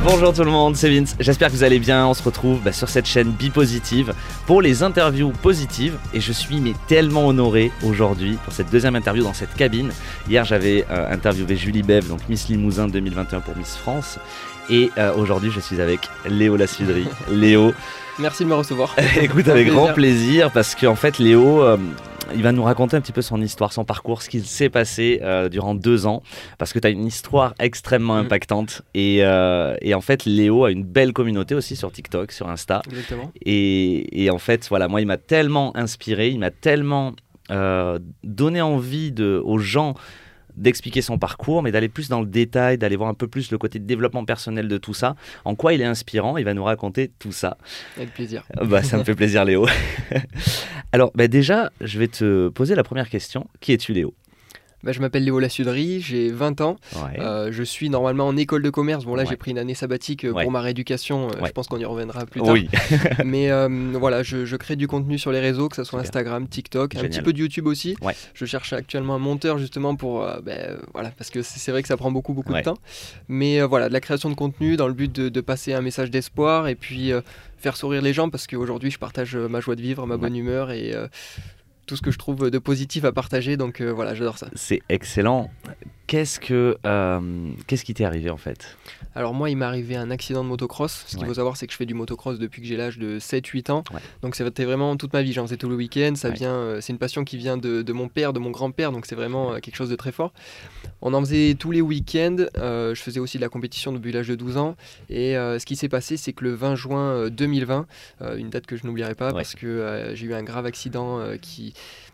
Bonjour tout le monde, c'est Vince, j'espère que vous allez bien. On se retrouve sur cette chaîne Bipositive pour les interviews positives et je suis tellement honoré aujourd'hui pour cette deuxième interview dans cette cabine. Hier j'avais interviewé Julie Bev, donc Miss Limousin 2021 pour Miss France, et aujourd'hui je suis avec Léo Lasudry. Léo, merci de me recevoir. Écoute, avec grand plaisir, parce qu'en fait Léo, il va nous raconter un petit peu son histoire, son parcours, ce qu'il s'est passé durant 2 ans, parce que tu as une histoire extrêmement impactante et en fait Léo a une belle communauté aussi sur TikTok, sur Insta. Exactement. Et en fait voilà, moi il m'a tellement inspiré, il m'a tellement donné envie aux gens d'expliquer son parcours, mais d'aller plus dans le détail, d'aller voir un peu plus le côté de développement personnel de tout ça. En quoi il est inspirant, il va nous raconter tout ça. Avec plaisir. Ça me fait plaisir Léo. Alors déjà, je vais te poser la première question. Qui es-tu Léo ? Je m'appelle Léo Lasudry, j'ai 20 ans. Ouais. Je suis normalement en école de commerce. Bon là j'ai pris une année sabbatique pour ma rééducation. Je pense qu'on y reviendra plus tard. Oui. Mais voilà, je crée du contenu sur les réseaux, que ce soit Instagram, TikTok, un petit peu de YouTube aussi. Ouais. Je cherche actuellement un monteur justement pour voilà, parce que c'est vrai que ça prend beaucoup de temps. Mais voilà, de la création de contenu dans le but de passer un message d'espoir et puis faire sourire les gens, parce qu'aujourd'hui je partage ma joie de vivre, ma bonne humeur et tout ce que je trouve de positif à partager, donc voilà, j'adore ça. C'est excellent. Qu'est-ce qui t'est arrivé en fait ? Alors moi, il m'est arrivé un accident de motocross. Ce qu'il faut savoir, c'est que je fais du motocross depuis que j'ai l'âge de 7-8 ans. Ouais. Donc c'était vraiment toute ma vie, j'en faisais tout le week-end. Ça vient, c'est une passion qui vient de mon père, de mon grand-père, donc c'est vraiment quelque chose de très fort. On en faisait tous les week-ends. Je faisais aussi de la compétition depuis l'âge de 12 ans. Et ce qui s'est passé, c'est que le 20 juin 2020, une date que je n'oublierai pas, parce que j'ai eu un grave accident qui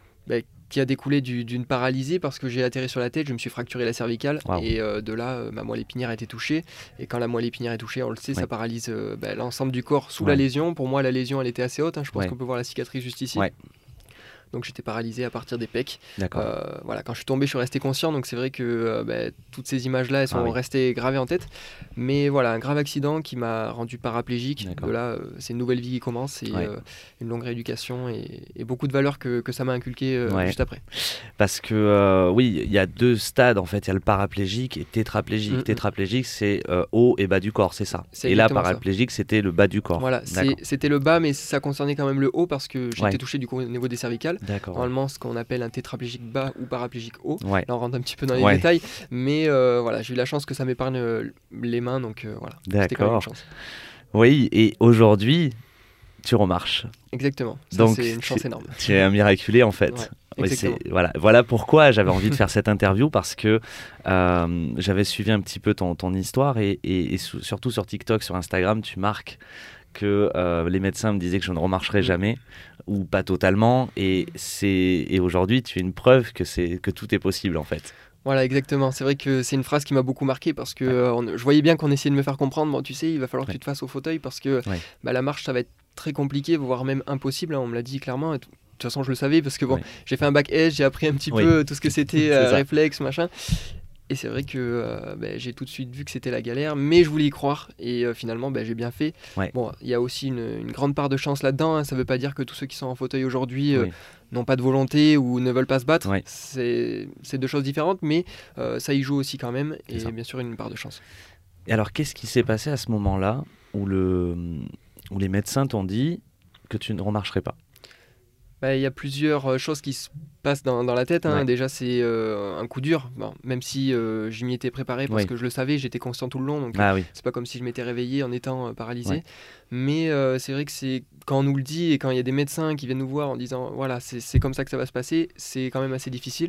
a découlé d'une paralysie, parce que j'ai atterri sur la tête, je me suis fracturé la cervicale. Wow. Et de là, ma moelle épinière a été touchée. Et quand la moelle épinière est touchée, on le sait, ça paralyse l'ensemble du corps sous la lésion. Pour moi, la lésion, elle était assez haute. Je pense qu'on peut voir la cicatrice juste ici. Ouais. Donc j'étais paralysé à partir des pecs. Voilà, quand je suis tombé, je suis resté conscient. Donc c'est vrai que toutes ces images-là, elles sont restées gravées en tête. Mais voilà, un grave accident qui m'a rendu paraplégique. De là, c'est une nouvelle vie qui commence et une longue rééducation et beaucoup de valeurs que ça m'a inculqué juste après. Parce que oui, il y a 2 stades en fait. Il y a le paraplégique et tétraplégique. Tétraplégique, c'est haut et bas du corps, c'est ça. Et là, paraplégique, c'était le bas du corps. Voilà, c'était le bas, mais ça concernait quand même le haut, parce que j'étais touché du coup au niveau des cervicales. Normalement, ce qu'on appelle un tétraplégique bas ou paraplégique haut. Là, on rentre un petit peu dans les détails, mais voilà, j'ai eu la chance que ça m'épargne les mains, donc voilà. C'était quand même une chance. Oui, et aujourd'hui, tu remarches. Exactement. Ça, donc, c'est une chance énorme. Tu es un miraculé en fait. Oui, voilà pourquoi j'avais envie de faire cette interview, parce que j'avais suivi un petit peu ton histoire et surtout sur TikTok, sur Instagram, tu marques que les médecins me disaient que je ne remarcherais jamais, ou pas totalement, et aujourd'hui tu es une preuve que tout est possible en fait. Voilà, exactement. C'est vrai que c'est une phrase qui m'a beaucoup marqué, parce que je voyais bien qu'on essayait de me faire comprendre, bon, tu sais, il va falloir que tu te fasses au fauteuil, parce que la marche, ça va être très compliqué, voire même impossible, on me l'a dit clairement. Et de toute façon, je le savais, parce que j'ai fait un bac S, j'ai appris un petit peu tout ce que c'était réflexe, machin. Et c'est vrai que j'ai tout de suite vu que c'était la galère, mais je voulais y croire, et finalement j'ai bien fait. Bon, il y a aussi une grande part de chance là-dedans, ça ne veut pas dire que tous ceux qui sont en fauteuil aujourd'hui n'ont pas de volonté ou ne veulent pas se battre. C'est 2 choses différentes, mais ça y joue aussi quand même, et bien sûr une part de chance. Et alors qu'est-ce qui s'est passé à ce moment-là où les médecins t'ont dit que tu ne remarcherais pas ? Il y a plusieurs choses qui se passent dans la tête. Déjà, c'est un coup dur, même si je m'y étais préparé, parce que je le savais, j'étais conscient tout le long. Donc c'est pas comme si je m'étais réveillé en étant paralysé. Mais c'est vrai que c'est quand on nous le dit, et quand il y a des médecins qui viennent nous voir en disant voilà, c'est comme ça que ça va se passer, c'est quand même assez difficile.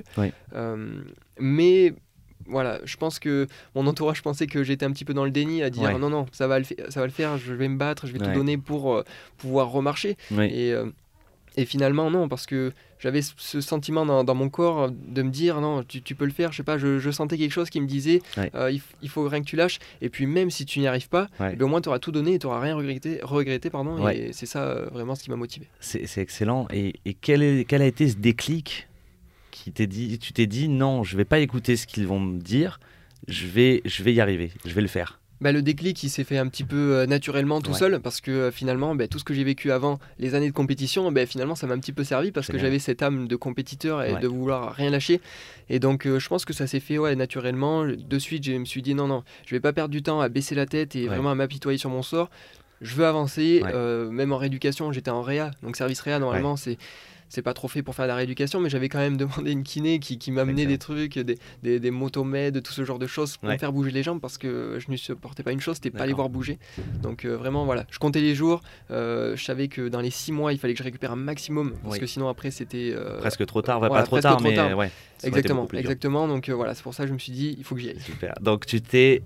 Mais voilà, je pense que mon entourage pensait que j'étais un petit peu dans le déni, à dire non, ça va le faire, je vais me battre, je vais tout donner pour pouvoir remarcher. Et finalement non, parce que j'avais ce sentiment dans mon corps de me dire non, tu peux le faire, je sais pas, je sentais quelque chose qui me disait il faut rien que tu lâches, et puis même si tu n'y arrives pas, au moins tu auras tout donné et tu n'auras rien regretté et c'est ça vraiment ce qui m'a motivé. C'est excellent. Et quel a été ce déclic qui tu t'es dit non, je vais pas écouter ce qu'ils vont me dire, je vais y arriver, je vais le faire? Le déclic, il s'est fait un petit peu naturellement tout seul, parce que finalement, tout ce que j'ai vécu avant, les années de compétition, finalement, ça m'a un petit peu servi, parce que j'avais cette âme de compétiteur et de vouloir rien lâcher. Et donc, je pense que ça s'est fait naturellement. De suite, je me suis dit, non, je vais pas perdre du temps à baisser la tête et vraiment à m'apitoyer sur mon sort. Je veux avancer, même en rééducation, j'étais en réa, donc service réa, normalement, c'est pas trop fait pour faire de la rééducation, mais j'avais quand même demandé une kiné qui m'amenait des trucs, des motomèdes, tout ce genre de choses pour me faire bouger les jambes, parce que je ne supportais pas une chose, c'était pas les voir bouger. Donc vraiment, voilà, je comptais les jours, je savais que dans les 6 mois, il fallait que je récupère un maximum, parce que sinon après c'était... presque trop tard, pas trop tard, mais ouais. Exactement. Donc voilà, c'est pour ça que je me suis dit, il faut que j'y aille. Super. Donc tu t'es,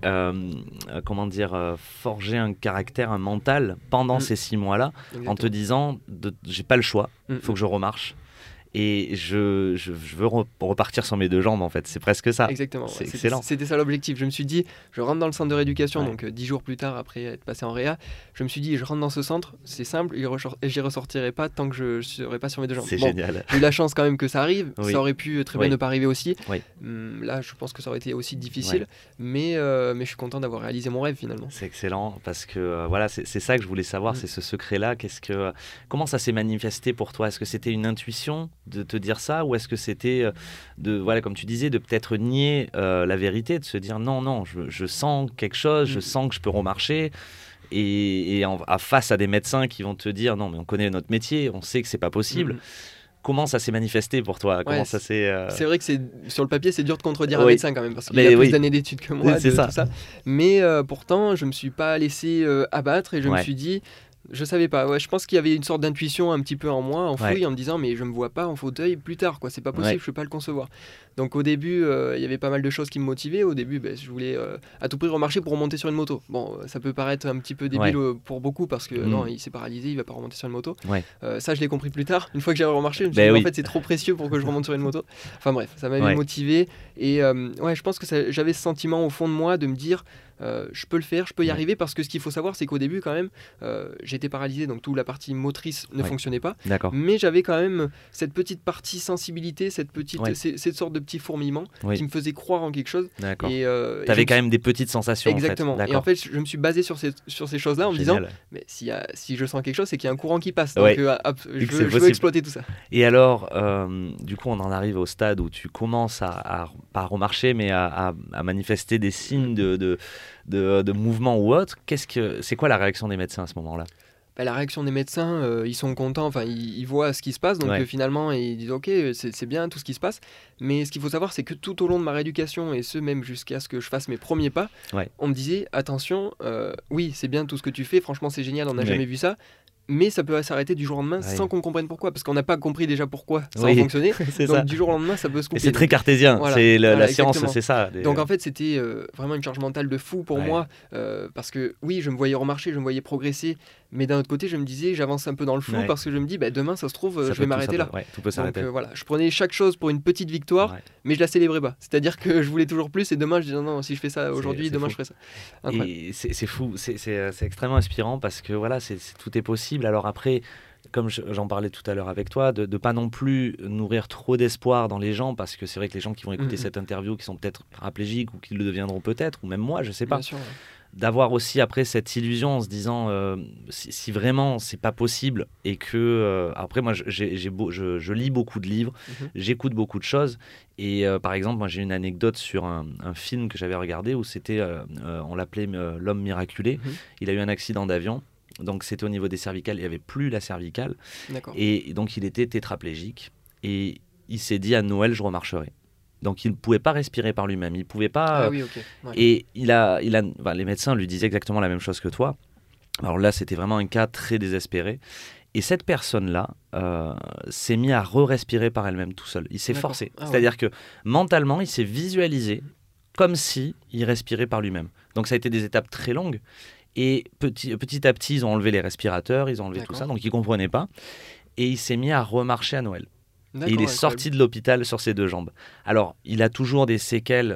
forgé un caractère, un mental pendant ces 6 mois-là, en te disant, j'ai pas le choix, il faut que je remarche. Et je veux repartir sur mes 2 jambes, en fait. C'est presque ça. Exactement. C'est excellent. C'était ça l'objectif. Je me suis dit, je rentre dans le centre de rééducation, donc 10 jours plus tard, après être passé en réa, je me suis dit, je rentre dans ce centre, c'est simple, et j'y ressortirai pas tant que je ne serai pas sur mes 2 jambes. C'est génial. J'ai eu la chance quand même que ça arrive. Ça aurait pu très bien ne pas arriver aussi. Là, je pense que ça aurait été aussi difficile. Mais je suis content d'avoir réalisé mon rêve, finalement. C'est excellent, parce que voilà, c'est ça que je voulais savoir, c'est ce secret-là. Comment ça s'est manifesté pour toi ? Est-ce que c'était une intuition de te dire ça, ou est-ce que c'était comme tu disais, de peut-être nier la vérité, de se dire non, je sens quelque chose, je sens que je peux remarcher, et face à des médecins qui vont te dire non, mais on connaît notre métier, on sait que c'est pas possible. Comment ça s'est manifesté pour toi ? C'est vrai que sur le papier, c'est dur de contredire un médecin quand même, parce qu'il a plus d'années d'études que moi, tout ça. Mais pourtant, je me suis pas laissé abattre, et je me suis dit, je savais pas. Je pense qu'il y avait une sorte d'intuition un petit peu en moi, enfouie, en me disant, mais je me vois pas en fauteuil plus tard, quoi. C'est pas possible, je peux pas le concevoir. Donc au début, il y avait pas mal de choses qui me motivaient. Au début, je voulais à tout prix remarcher pour remonter sur une moto. Bon, ça peut paraître un petit peu débile pour beaucoup, parce que non, il s'est paralysé, il va pas remonter sur une moto. Ça, je l'ai compris plus tard. Une fois que j'ai remarché, je me suis dit, en fait, c'est trop précieux pour que je remonte sur une moto. Enfin bref, ça m'avait motivé. Et je pense que j'avais ce sentiment au fond de moi de me dire, je peux le faire, je peux y arriver, parce que ce qu'il faut savoir, c'est qu'au début, quand même, j'étais paralysé, donc toute la partie motrice ne fonctionnait pas. Mais j'avais quand même cette petite partie sensibilité, cette sorte de petit fourmillement qui me faisait croire en quelque chose. Tu avais quand même des petites sensations. Exactement. Et en fait, je me suis basé sur ces choses-là en me disant, mais si je sens quelque chose, c'est qu'il y a un courant qui passe. Donc je veux exploiter tout ça. Et alors, du coup, on en arrive au stade où tu commences pas à remarcher, mais à manifester des signes de mouvement ou autre. C'est quoi la réaction des médecins à ce moment-là ? La réaction des médecins, ils sont contents, enfin ils voient ce qui se passe, donc finalement ils disent ok, c'est bien tout ce qui se passe, mais ce qu'il faut savoir, c'est que tout au long de ma rééducation, et ce même jusqu'à ce que je fasse mes premiers pas, on me disait attention, oui c'est bien tout ce que tu fais, franchement c'est génial, on n'a jamais vu ça, mais ça peut s'arrêter du jour au lendemain sans qu'on comprenne pourquoi, parce qu'on n'a pas compris déjà pourquoi ça a fonctionné. Donc ça. Du jour au lendemain ça peut se couper. Et c'est très cartésien, la science, c'est ça. Donc en fait c'était vraiment une charge mentale de fou pour moi, parce que oui je me voyais remarcher, je me voyais progresser, mais d'un autre côté je me disais j'avance un peu dans le flou, parce que je me dis demain ça se trouve je vais m'arrêter là. Tout peut s'arrêter. Donc je prenais chaque chose pour une petite victoire, mais je la célébrais pas. C'est-à-dire que je voulais toujours plus, et demain je disais non, si je fais ça aujourd'hui, demain je ferai ça. Et c'est fou, c'est extrêmement inspirant, parce que tout est possible. Alors après, comme j'en parlais tout à l'heure avec toi, de pas non plus nourrir trop d'espoir dans les gens, parce que c'est vrai que les gens qui vont écouter cette interview, qui sont peut-être paraplégiques ou qui le deviendront peut-être, ou même moi, je sais pas. Bien sûr, d'avoir aussi après cette illusion en se disant si vraiment c'est pas possible, et que après moi je lis beaucoup de livres, j'écoute beaucoup de choses, et par exemple moi j'ai une anecdote sur un film que j'avais regardé où c'était on l'appelait l'homme miraculé. Il a eu un accident d'avion, donc c'était au niveau des cervicales, il n'y avait plus la cervicale, et donc il était tétraplégique, et il s'est dit à Noël je remarcherai. Donc il ne pouvait pas respirer par lui-même, il pouvait pas. Et les médecins lui disaient exactement la même chose que toi. Alors là, c'était vraiment un cas très désespéré. Et cette personne-là s'est mis à re-respirer par elle-même tout seul. Il s'est forcé. C'est-à-dire que mentalement, il s'est visualisé comme si il respirait par lui-même. Donc ça a été des étapes très longues. Et petit à petit, ils ont enlevé les respirateurs, ils ont enlevé tout ça. Donc il ne comprenait pas. Et il s'est mis à remarcher à Noël. Et il est sorti de l'hôpital sur ses 2 jambes. Alors, il a toujours des séquelles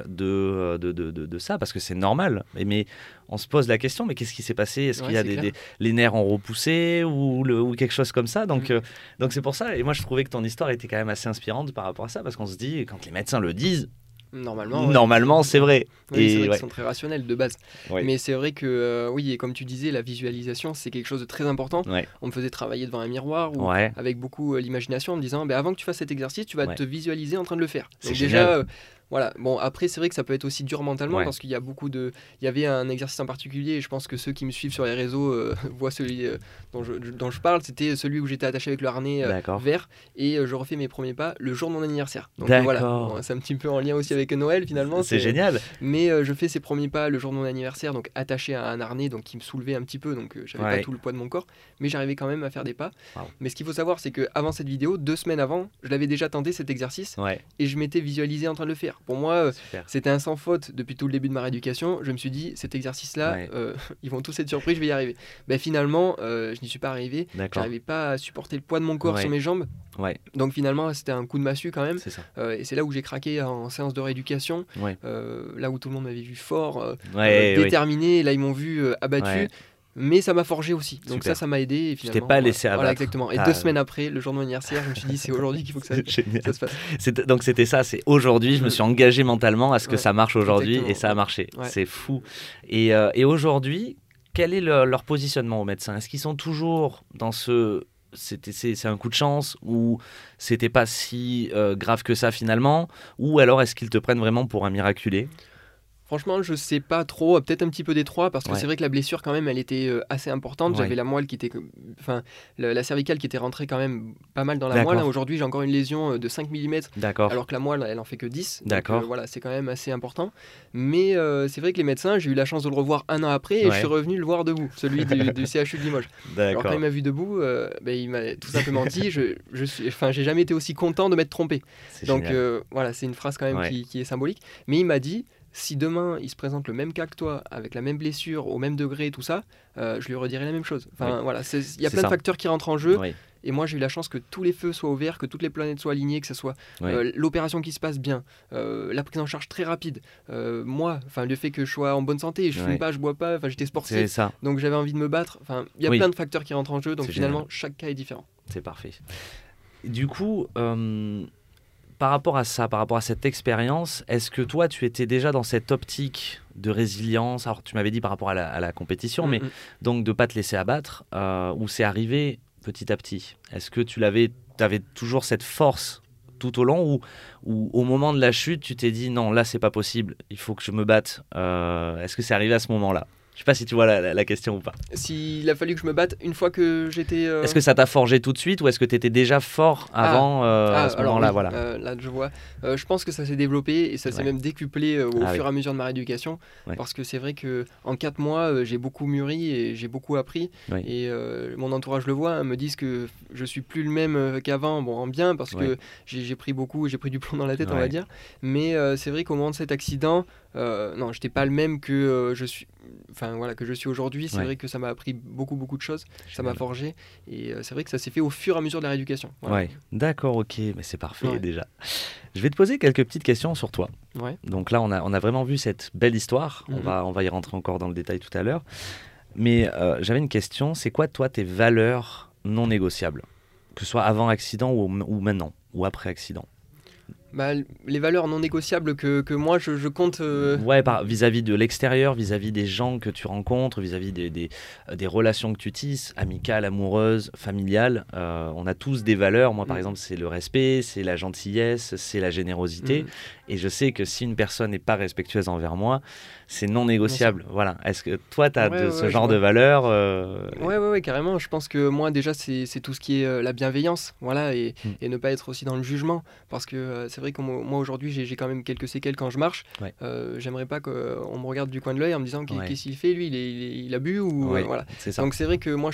de ça, parce que c'est normal. Mais on se pose la question, mais qu'est-ce qui s'est passé ? Est-ce qu'il y a les nerfs ont repoussé ou quelque chose comme ça ? Donc c'est pour ça. Et moi, je trouvais que ton histoire était quand même assez inspirante par rapport à ça, parce qu'on se dit, quand les médecins le disent, Normalement, c'est vrai. Oui, et c'est vrai qu'ils sont très rationnels de base. Ouais. Mais c'est vrai que, oui, et comme tu disais, la visualisation, c'est quelque chose de très important. Ouais. On me faisait travailler devant un miroir ou avec beaucoup l'imagination en me disant, avant que tu fasses cet exercice, tu vas te visualiser en train de le faire. Donc déjà, voilà. Bon, après, c'est vrai que ça peut être aussi dur mentalement parce qu'il y a il y avait un exercice en particulier, et je pense que ceux qui me suivent sur les réseaux voient celui dont je parle. C'était celui où j'étais attaché avec le harnais vert et je refais mes premiers pas le jour de mon anniversaire. Donc voilà, bon, c'est un petit peu en lien aussi avec Noël finalement. C'est génial. Mais je fais ces premiers pas le jour de mon anniversaire, donc attaché à un harnais donc qui me soulevait un petit peu, donc j'avais pas tout le poids de mon corps, mais j'arrivais quand même à faire des pas. Mais ce qu'il faut savoir, c'est qu'avant cette vidéo, 2 semaines avant, je l'avais déjà tenté cet exercice et je m'étais visualisé en train de le faire. Pour moi, c'était un sans faute depuis tout le début de ma rééducation. Je me suis dit, cet exercice-là, ils vont tous être surpris, je vais y arriver. Ben, finalement, je n'y suis pas arrivé. J'arrivais pas à supporter le poids de mon corps sur mes jambes. Donc finalement, c'était un coup de massue quand même. Et c'est là où j'ai craqué en séance de rééducation. Là où tout le monde m'avait vu fort, déterminé. Là, ils m'ont vu abattu. Mais ça m'a forgé aussi. Donc ça m'a aidé. Et finalement, tu t'es pas laissé abattre. Voilà, exactement. Et 2 semaines après, le jour de mon anniversaire, je me suis dit, c'est aujourd'hui qu'il faut que ça se fasse. Donc c'était ça, c'est aujourd'hui, je me suis engagé mentalement à ce que ça marche aujourd'hui, et ça a marché. C'est fou. Et aujourd'hui, quel est leur positionnement aux médecins ? Est-ce qu'ils sont toujours dans c'est un coup de chance, ou c'était pas si grave que ça finalement, ou alors est-ce qu'ils te prennent vraiment pour un miraculé ? Franchement, je sais pas trop, peut-être un petit peu des trois, parce que c'est vrai que la blessure quand même, elle était assez importante. J'avais la moelle qui était, la cervicale qui était rentrée quand même pas mal dans la moelle. Aujourd'hui, j'ai encore une lésion de 5 mm, alors que la moelle, elle en fait que 10. Donc voilà, c'est quand même assez important. Mais c'est vrai que les médecins, j'ai eu la chance de le revoir 1 an après, et je suis revenu le voir debout, celui du CHU de Limoges. Alors quand il m'a vu debout, il m'a tout simplement dit, j'ai jamais été aussi content de m'être trompé. Donc voilà, c'est une phrase quand même qui est symbolique. Mais il m'a dit, si demain il se présente le même cas que toi, avec la même blessure, au même degré, tout ça, je lui redirai la même chose. Voilà, il y a plein de facteurs qui rentrent en jeu. Et moi, j'ai eu la chance que tous les feux soient ouverts, que toutes les planètes soient alignées, que ce soit l'opération qui se passe bien, la prise en charge très rapide. Moi, le fait que je sois en bonne santé, je fume pas, je bois pas, j'étais sportif, donc j'avais envie de me battre. Il y a plein de facteurs qui rentrent en jeu, donc finalement, chaque cas est différent. C'est parfait. Du coup, par rapport à ça, par rapport à cette expérience, est-ce que toi, tu étais déjà dans cette optique de résilience ? Alors, tu m'avais dit par rapport à la compétition, mais donc de ne pas te laisser abattre, ou c'est arrivé petit à petit ? Est-ce que tu avais toujours cette force tout au long, ou au moment de la chute, tu t'es dit non, là, c'est pas possible, il faut que je me batte ? Est-ce que c'est arrivé à ce moment-là ? Je sais pas si tu vois la question ou pas. S'il a fallu que je me batte une fois que j'étais... Est-ce que ça t'a forgé tout de suite, ou est-ce que tu étais déjà fort avant à ce moment-là, voilà. Là, je vois. Je pense que ça s'est développé, et ça s'est même décuplé au fur et à mesure de ma rééducation. Parce que c'est vrai qu'en 4 mois, j'ai beaucoup mûri et j'ai beaucoup appris. Et mon entourage le voit, me disent que je suis plus le même qu'avant, en bien, parce que j'ai pris du plomb dans la tête, on va dire. Mais c'est vrai qu'au moment de cet accident, non, j'étais pas le même que je suis. Que je suis aujourd'hui. C'est vrai que ça m'a appris beaucoup de choses. Ça m'a forgé, et c'est vrai que ça s'est fait au fur et à mesure de la rééducation. Voilà. D'accord, ok, mais c'est parfait déjà. Je vais te poser quelques petites questions sur toi. Donc là, on a vraiment vu cette belle histoire. On va y rentrer encore dans le détail tout à l'heure. Mais j'avais une question. C'est quoi, toi, tes valeurs non négociables, que ce soit avant accident ou maintenant, ou après accident? Les valeurs non négociables que moi je compte... vis-à-vis de l'extérieur, vis-à-vis des gens que tu rencontres, vis-à-vis des relations que tu tisses, amicales, amoureuses, familiales. On a tous des valeurs. Moi, par exemple, c'est le respect, c'est la gentillesse, c'est la générosité. Et je sais que si une personne n'est pas respectueuse envers moi, c'est non négociable. Voilà. Est-ce que toi, tu as ce genre de valeurs Oui, carrément. Je pense que moi, déjà, c'est tout ce qui est la bienveillance. Voilà, et ne pas être aussi dans le jugement. Parce que c'est vrai que moi, aujourd'hui, j'ai quand même quelques séquelles quand je marche. J'aimerais pas qu'on me regarde du coin de l'œil en me disant qu'est-ce qu'il fait, lui, il a bu ou voilà. Donc c'est vrai que moi,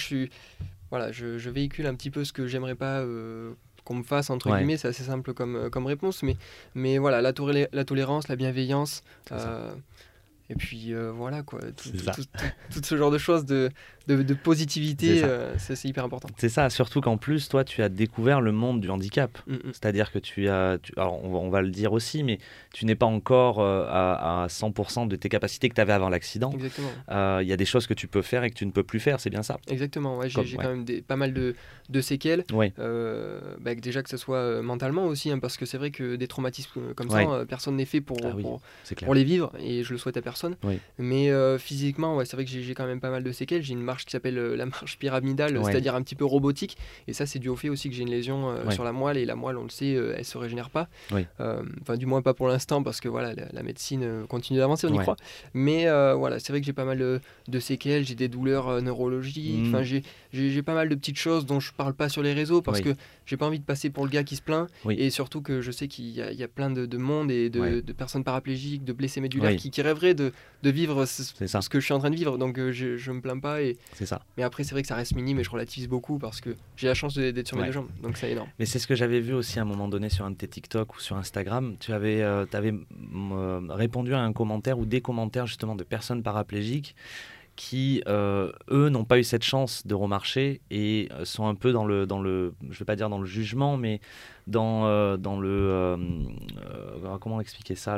je véhicule un petit peu ce que j'aimerais pas... qu'on me fasse, entre guillemets. C'est assez simple comme réponse, mais voilà, la tolérance, la bienveillance, Et puis voilà quoi, tout ce genre de choses, de positivité, c'est hyper important. C'est ça, surtout qu'en plus, toi, tu as découvert le monde du handicap. C'est-à-dire que alors on va le dire aussi, mais tu n'es pas encore à 100% de tes capacités que tu avais avant l'accident. Exactement. Il y a des choses que tu peux faire et que tu ne peux plus faire, c'est bien ça? Exactement, ouais, j'ai quand même pas mal de séquelles. Oui. Déjà que ce soit mentalement aussi, hein, parce que c'est vrai que des traumatismes comme ça, personne n'est fait pour les vivre, et je le souhaite à personne. Oui. Mais physiquement, c'est vrai que j'ai quand même pas mal de séquelles. J'ai une marche qui s'appelle la marche pyramidale, c'est-à-dire un petit peu robotique, et ça c'est dû au fait aussi que j'ai une lésion sur la moelle, et la moelle, on le sait, elle se régénère pas. Enfin, du moins pas pour l'instant, parce que voilà, la médecine continue d'avancer, on y croit. Mais voilà, c'est vrai que j'ai pas mal de séquelles, j'ai des douleurs neurologiques. Enfin, j'ai pas mal de petites choses dont je parle pas sur les réseaux, parce que j'ai pas envie de passer pour le gars qui se plaint, et surtout que je sais qu'il y a plein de monde et de personnes paraplégiques, de blessés médulaires qui rêveraient de vivre ce que je suis en train de vivre. Donc je me plains pas, c'est ça. Mais après c'est vrai que ça reste minime, et je relativise beaucoup parce que j'ai la chance d'être sur mes deux jambes, donc c'est énorme. Mais c'est ce que j'avais vu aussi à un moment donné sur un de tes TikTok ou sur Instagram. Tu avais répondu à un commentaire ou des commentaires justement de personnes paraplégiques qui, eux, n'ont pas eu cette chance de remarcher et sont un peu dans le je vais pas dire dans le jugement, mais dans le comment expliquer ça,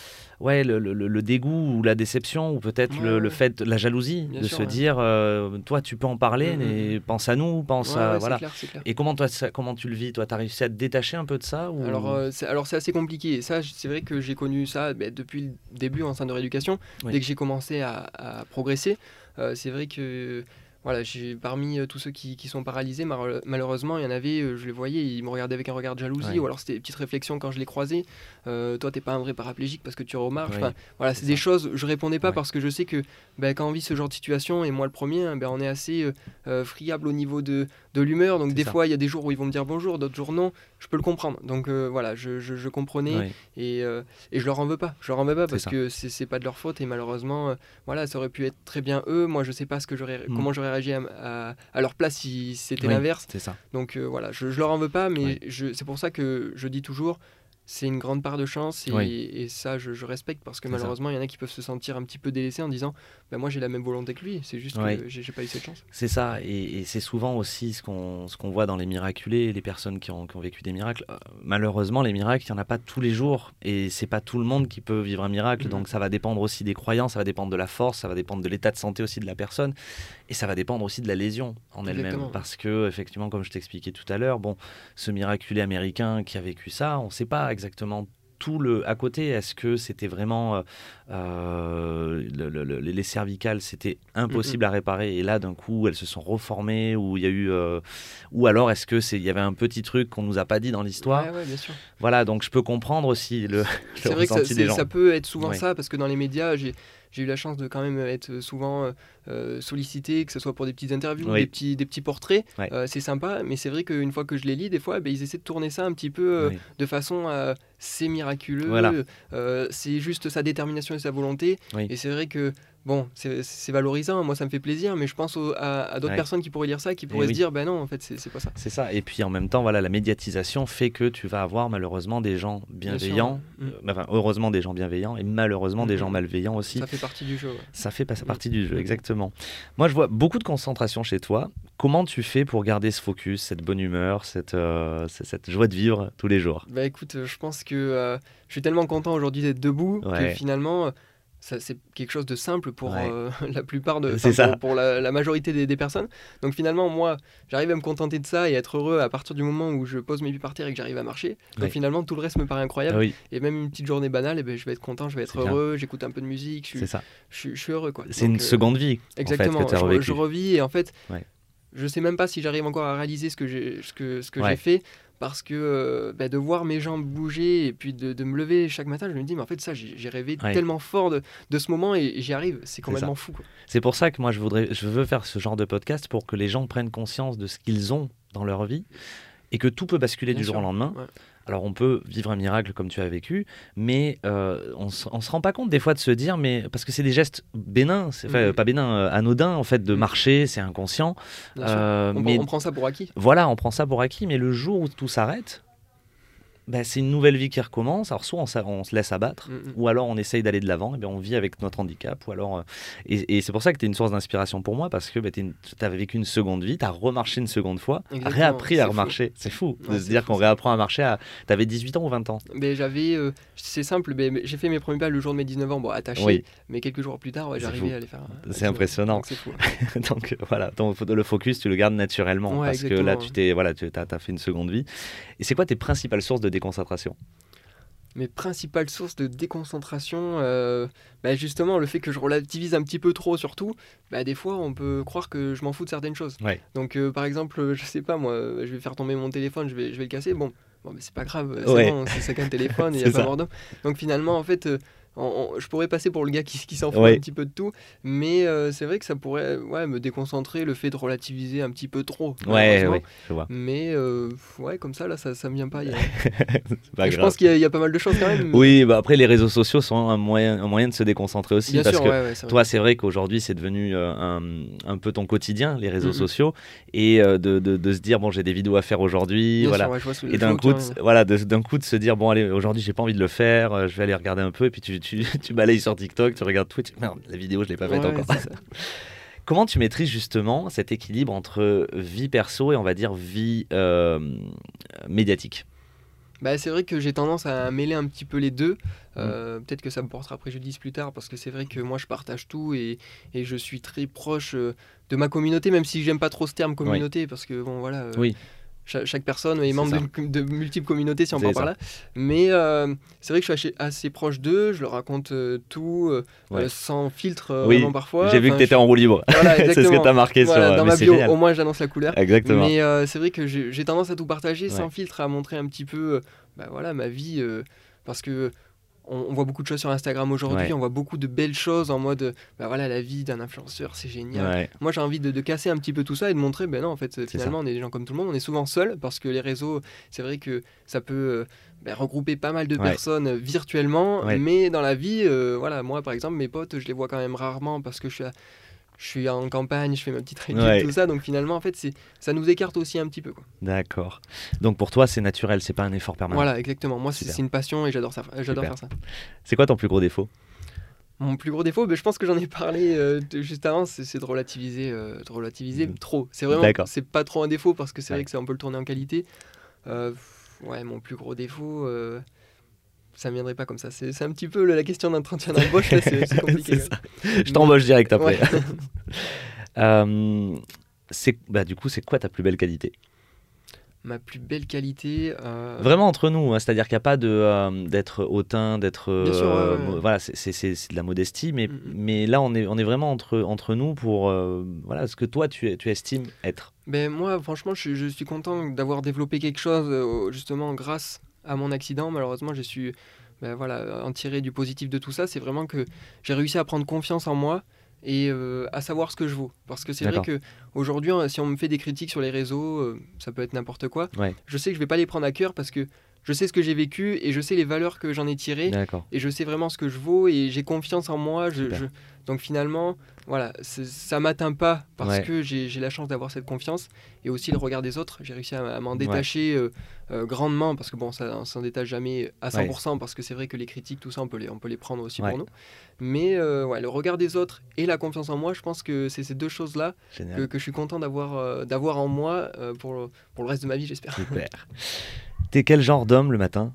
le dégoût ou la déception, ou peut-être le fait, la jalousie, bien de sûr, se dire toi tu peux en parler, mais pense à nous, voilà. C'est clair. Et comment tu le vis, toi? T'as réussi à te détacher un peu de ça, ou... Alors c'est assez compliqué, et ça c'est vrai que j'ai connu ça depuis le début en centre de rééducation. Dès que j'ai commencé à progresser, c'est vrai que voilà, parmi tous ceux qui sont paralysés, malheureusement, il y en avait, je les voyais, ils me regardaient avec un regard de jalousie, ou alors c'était des petites réflexions quand je les croisais. Toi, t'es pas un vrai paraplégique parce que tu remarches. Voilà, c'est des choses, je répondais pas parce que je sais que quand on vit ce genre de situation, et moi le premier, on est assez friable au niveau de l'humeur. Donc des fois, il y a des jours où ils vont me dire bonjour, d'autres jours non. Je peux le comprendre. Donc voilà, je comprenais, et je leur en veux pas. Je leur en veux pas parce que c'est pas de leur faute, et malheureusement, voilà, ça aurait pu être très bien eux. Moi, je sais pas comment j'aurais réagi à leur place si c'était l'inverse. C'est ça. Donc voilà, je leur en veux pas, mais c'est pour ça que je dis toujours, c'est une grande part de chance, et ça je respecte, parce que malheureusement il y en a qui peuvent se sentir un petit peu délaissés en disant moi j'ai la même volonté que lui, c'est juste que j'ai pas eu cette chance. C'est ça, et c'est souvent aussi ce qu'on voit dans les miraculés, les personnes qui ont vécu des miracles. Malheureusement, les miracles, il n'y en a pas tous les jours, et c'est pas tout le monde qui peut vivre un miracle. Donc ça va dépendre aussi des croyances, ça va dépendre de la force, ça va dépendre de l'état de santé aussi de la personne, et ça va dépendre aussi de la lésion en elle-même. Parce que effectivement, comme je t'expliquais tout à l'heure, ce miraculé américain qui a vécu ça, on ne sait pas exactement tout à côté. Est-ce que c'était vraiment les cervicales, c'était impossible à réparer, et là d'un coup elles se sont reformées, ou il y a eu ou alors est-ce que il y avait un petit truc qu'on nous a pas dit dans l'histoire. Bien sûr. Voilà, donc je peux comprendre aussi le ressenti des gens. Ça peut être souvent ça, parce que dans les médias, j'ai eu la chance de quand même être souvent sollicité, que ce soit pour des petites interviews, des petits portraits. C'est sympa, mais c'est vrai qu'une fois que je les lis, des fois, ils essaient de tourner ça un petit peu de façon c'est miraculeux, c'est juste sa détermination et sa volonté. Et c'est vrai que c'est valorisant, moi ça me fait plaisir, mais je pense à d'autres personnes qui pourraient lire ça, qui pourraient se dire non, en fait c'est pas ça. C'est ça, et puis en même temps, voilà, la médiatisation fait que tu vas avoir malheureusement des gens bienveillants, heureusement des gens bienveillants, et malheureusement des gens malveillants aussi. Ça fait partie du jeu. Ça fait partie du jeu, exactement. Moi je vois beaucoup de concentration chez toi. Comment tu fais pour garder ce focus, cette bonne humeur, cette joie de vivre tous les jours? Écoute, je pense que je suis tellement content aujourd'hui d'être debout que finalement... c'est quelque chose de simple pour la plupart pour la majorité des personnes. Donc finalement, moi, j'arrive à me contenter de ça et être heureux à partir du moment où je pose mes pieds par terre et que j'arrive à marcher. Donc finalement, tout le reste me paraît incroyable. Et même une petite journée banale, je vais être content, je vais être heureux, j'écoute un peu de musique, je suis heureux, quoi. C'est une seconde vie. Exactement, en fait, je revis, et en fait, je sais même pas si j'arrive encore à réaliser ce que j'ai fait. Parce que de voir mes jambes bouger, et puis de me lever chaque matin, je me dis mais en fait ça j'ai rêvé tellement fort de ce moment, et j'y arrive, c'est complètement fou, quoi. C'est pour ça que moi je veux faire ce genre de podcast, pour que les gens prennent conscience de ce qu'ils ont dans leur vie, et que tout peut basculer du jour au lendemain. Alors on peut vivre un miracle comme tu as vécu, mais on se rend pas compte des fois de se dire, mais parce que c'est des gestes bénins, pas bénins, anodins en fait, de marcher, c'est inconscient. On prend ça pour acquis. Voilà, on prend ça pour acquis, mais le jour où tout s'arrête, c'est une nouvelle vie qui recommence. Alors soit on se laisse abattre, ou alors on essaye d'aller de l'avant, et bien on vit avec notre handicap. Ou alors, et c'est pour ça que tu es une source d'inspiration pour moi, parce que tu avais vécu une seconde vie, tu as remarché une seconde fois, réappris à remarcher. C'est fou de se dire qu'on réapprend à marcher. Tu avais 18 ans ou 20 ans? C'est simple, j'ai fait mes premiers pas le jour de mes 19 ans, attaché, mais quelques jours plus tard, j'arrivais à les faire. C'est impressionnant. C'est fou. Donc voilà, le focus, tu le gardes naturellement, parce que là, tu as fait une seconde vie. Et c'est quoi tes principales sources de déconcentration? Mes principales sources de déconcentration, justement, le fait que je relativise un petit peu trop, surtout, des fois, on peut croire que je m'en fous de certaines choses. Ouais. Donc, par exemple, je sais pas, moi, je vais faire tomber mon téléphone, je vais le casser. Bon, mais c'est pas grave, c'est qu'un téléphone, il n'y a pas mort d'homme. Donc, finalement, en fait, je pourrais passer pour le gars qui s'en fout un petit peu de tout, mais c'est vrai que ça pourrait me déconcentrer, le fait de relativiser un petit peu trop. Je vois. Mais comme ça, là, ça me vient pas. Je pense qu'il y a pas mal de choses quand même. Oui, après, les réseaux sociaux sont un moyen de se déconcentrer aussi. Bien parce sûr, que toi, c'est vrai qu'aujourd'hui, c'est devenu un peu ton quotidien, les réseaux sociaux, et de se dire, bon, j'ai des vidéos à faire aujourd'hui. Voilà. Sûr, et d'un coup, d'un coup, de se dire, bon, allez, aujourd'hui, j'ai pas envie de le faire, je vais aller regarder un peu, et puis tu balayes sur TikTok, tu regardes Twitch, merde, la vidéo je l'ai pas faite encore. Comment tu maîtrises justement cet équilibre entre vie perso et on va dire vie médiatique? C'est vrai que j'ai tendance à mêler un petit peu les deux. Peut-être que ça me portera préjudice plus tard, parce que c'est vrai que moi je partage tout et je suis très proche de ma communauté, même si j'aime pas trop ce terme communauté, parce que bon voilà. Chaque personne est membre de multiples communautés, si on parle par là. Mais c'est vrai que je suis assez proche d'eux, je leur raconte tout, sans filtre vraiment parfois. J'ai vu que tu étais en roue libre. Voilà, c'est ce que tu as marqué sur dans ma bio, au moins j'annonce la couleur. Exactement. Mais c'est vrai que j'ai tendance à tout partager sans filtre, à montrer un petit peu ma vie. Parce que on voit beaucoup de choses sur Instagram aujourd'hui, on voit beaucoup de belles choses en mode la vie d'un influenceur, c'est génial. Moi j'ai envie de casser un petit peu tout ça et de montrer non, en fait finalement on est des gens comme tout le monde, on est souvent seul, parce que les réseaux, c'est vrai que ça peut regrouper pas mal de personnes virtuellement, mais dans la vie, moi par exemple mes potes je les vois quand même rarement, parce que je suis en campagne, je fais ma petite réunion, tout ça, donc finalement en fait ça nous écarte aussi un petit peu, quoi. D'accord. Donc pour toi c'est naturel, c'est pas un effort permanent. Voilà, exactement. Moi c'est une passion et j'adore faire ça. C'est quoi ton plus gros défaut? Mon plus gros défaut, je pense que j'en ai parlé juste avant, c'est de relativiser trop. C'est vraiment, c'est pas trop un défaut, parce que c'est vrai que on peut le tourner en qualité. Mon plus gros défaut, ça me viendrait pas comme ça. C'est un petit peu la question d'un entretien d'embauche, c'est compliqué. Je t'embauche direct après. Du coup, c'est quoi ta plus belle qualité? Ma plus belle qualité, vraiment entre nous, c'est-à-dire qu'il n'y a pas d'être hautain, d'être voilà, c'est de la modestie, mais là on est vraiment entre nous pour ce que toi tu estimes être. Moi franchement je suis content d'avoir développé quelque chose justement grâce à mon accident. Malheureusement j'ai su en tirer du positif de tout ça. C'est vraiment que j'ai réussi à prendre confiance en moi et à savoir ce que je vaux. Parce que c'est vrai qu'aujourd'hui, si on me fait des critiques sur les réseaux, ça peut être n'importe quoi. Je sais que je vais pas les prendre à cœur, parce que je sais ce que j'ai vécu et je sais les valeurs que j'en ai tirées. Et je sais vraiment ce que je vaux et j'ai confiance en moi. Donc finalement, ça m'atteint pas, parce que j'ai la chance d'avoir cette confiance, et aussi le regard des autres. J'ai réussi à m'en détacher grandement, parce que ça on s'en détache jamais à 100%, parce que c'est vrai que les critiques, tout ça, on peut les prendre aussi pour nous. Mais le regard des autres et la confiance en moi, je pense que c'est ces deux choses-là que je suis content d'avoir en moi pour le reste de ma vie, j'espère. Super. T'es quel genre d'homme le matin?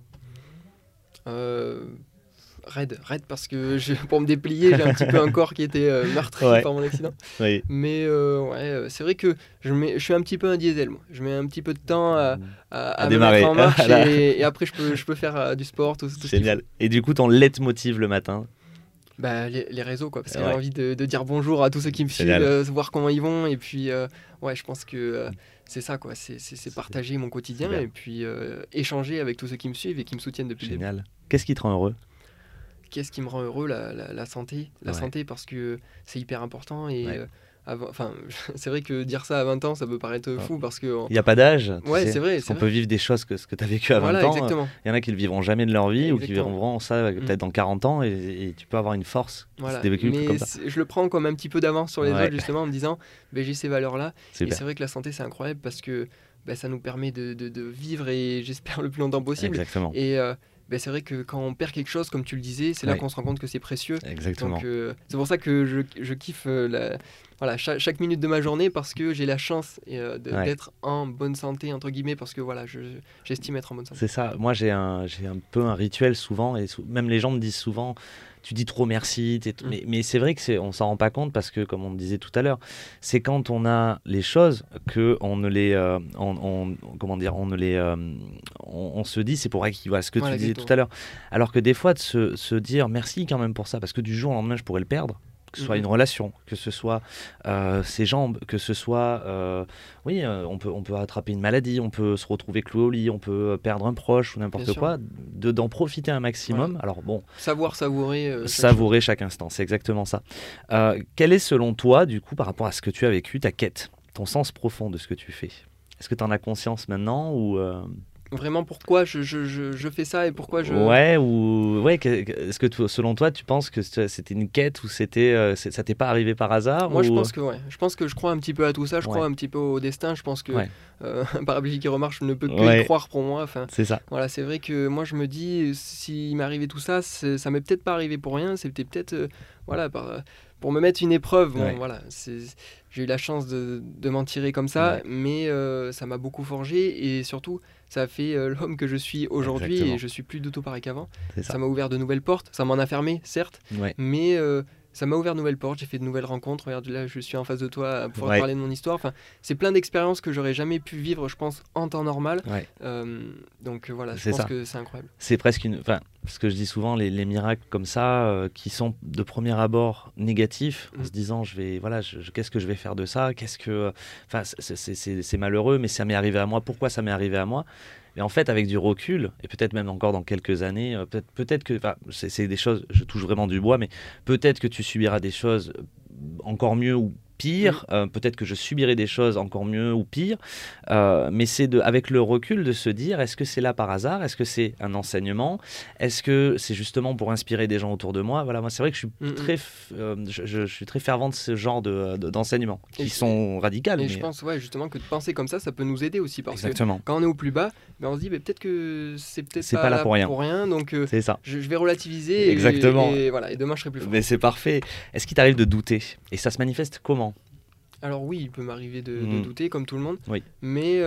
Raide, parce que pour me déplier, j'ai un petit peu un corps qui était meurtri par mon accident. Mais c'est vrai que je suis un petit peu un diesel, moi. Je mets un petit peu de temps à me démarrer, mettre en marche, et après je peux faire du sport, tout génial. Et du coup, ton leitmotiv le matin? Les réseaux, quoi, parce que j'ai envie de dire bonjour à tous ceux qui me suivent, voir comment ils vont, et puis je pense que c'est ça, quoi, c'est partager mon quotidien, et puis échanger avec tous ceux qui me suivent et qui me soutiennent depuis le début. Génial. Qu'est-ce qui te rend heureux? Qu'est-ce qui me rend heureux? La santé. Santé, parce que c'est hyper important, et c'est vrai que dire ça à 20 ans, ça peut paraître fou, parce que il n'y a pas d'âge. C'est vrai. On peut vivre des choses que tu as vécu à 20 ans. Exactement. Il y en a qui ne le vivront jamais de leur vie, ou qui vivront ça peut-être dans 40 ans, et tu peux avoir une force. Mais comme ça. Je le prends comme un petit peu d'avance sur les autres, justement, en me disant j'ai ces valeurs-là. Et c'est vrai que la santé, c'est incroyable, parce que ça nous permet de vivre et j'espère le plus longtemps possible. Exactement. Et c'est vrai que quand on perd quelque chose, comme tu le disais, c'est là qu'on se rend compte que c'est précieux. Exactement. Donc c'est pour ça que je kiffe chaque minute de ma journée, parce que j'ai la chance d'être en bonne santé, entre guillemets, parce que j'estime être en bonne santé. C'est ça. Moi, j'ai un peu un rituel souvent, et même les gens me disent souvent, tu dis trop merci, mais c'est vrai qu'on s'en rend pas compte, parce que, comme on disait tout à l'heure, c'est quand on a les choses qu'on ne les, on se dit, c'est pour acquis. Voilà ce que tu disais tout à l'heure. Alors que des fois, de se dire merci quand même pour ça, parce que du jour au lendemain, je pourrais le perdre. Que ce soit une relation, que ce soit ses jambes, que ce soit on peut attraper une maladie, on peut se retrouver cloué au lit, on peut perdre un proche ou n'importe quoi, d'en profiter un maximum. Ouais. Alors bon, savourer chaque instant, c'est exactement ça. Quelle est selon toi, du coup, par rapport à ce que tu as vécu, ta quête, ton sens profond de ce que tu fais? Est-ce que tu en as conscience maintenant ou Vraiment, pourquoi je fais ça et pourquoi je... Est-ce que selon toi, tu penses que c'était une quête ou ça t'est pas arrivé par hasard? Moi, je pense que je pense que je crois un petit peu à tout ça, je crois un petit peu au destin, je pense que un paraplégique qui remarche ne peut que y croire pour moi. Enfin, c'est ça. Voilà, c'est vrai que moi, je me dis, s'il m'arrivait tout ça, ça m'est peut-être pas arrivé pour rien, c'était peut-être pour me mettre une épreuve. Bon, voilà, j'ai eu la chance de m'en tirer comme ça, mais ça m'a beaucoup forgé, et surtout, ça a fait l'homme que je suis aujourd'hui. Exactement. Et je suis plus du tout pareil qu'avant. Ça m'a ouvert de nouvelles portes, ça m'en a fermé, certes, mais ça m'a ouvert de nouvelles portes, j'ai fait de nouvelles rencontres. Regarde, là, je suis en face de toi à pouvoir parler de mon histoire. Enfin, c'est plein d'expériences que j'aurais jamais pu vivre, je pense, en temps normal. Donc voilà, je pense que c'est incroyable. C'est presque ce que je dis souvent, les miracles comme ça, qui sont de premier abord négatifs, en se disant, qu'est-ce que je vais faire de ça? C'est malheureux, mais ça m'est arrivé à moi. Pourquoi ça m'est arrivé à moi? Et en fait, avec du recul, et peut-être même encore dans quelques années, peut-être que, c'est des choses, je touche vraiment du bois, mais peut-être que tu subiras des choses encore mieux ou pire, peut-être que je subirai des choses encore mieux ou pire, mais c'est avec le recul de se dire, est-ce que c'est là par hasard? Est-ce que c'est un enseignement? Est-ce que c'est justement pour inspirer des gens autour de moi? Voilà, moi c'est vrai que je suis je suis très fervent de ce genre d'enseignements qui sont radicales. Et je pense justement que de penser comme ça peut nous aider aussi, parce Exactement. Que quand on est au plus bas, on se dit peut-être que c'est pas là pour rien. Donc c'est ça. Je vais relativiser. Exactement. Et demain je serai plus fort. Mais c'est parfait. Est-ce qu'il t'arrive de douter? Et ça se manifeste comment? Alors oui, il peut m'arriver de douter, comme tout le monde, mais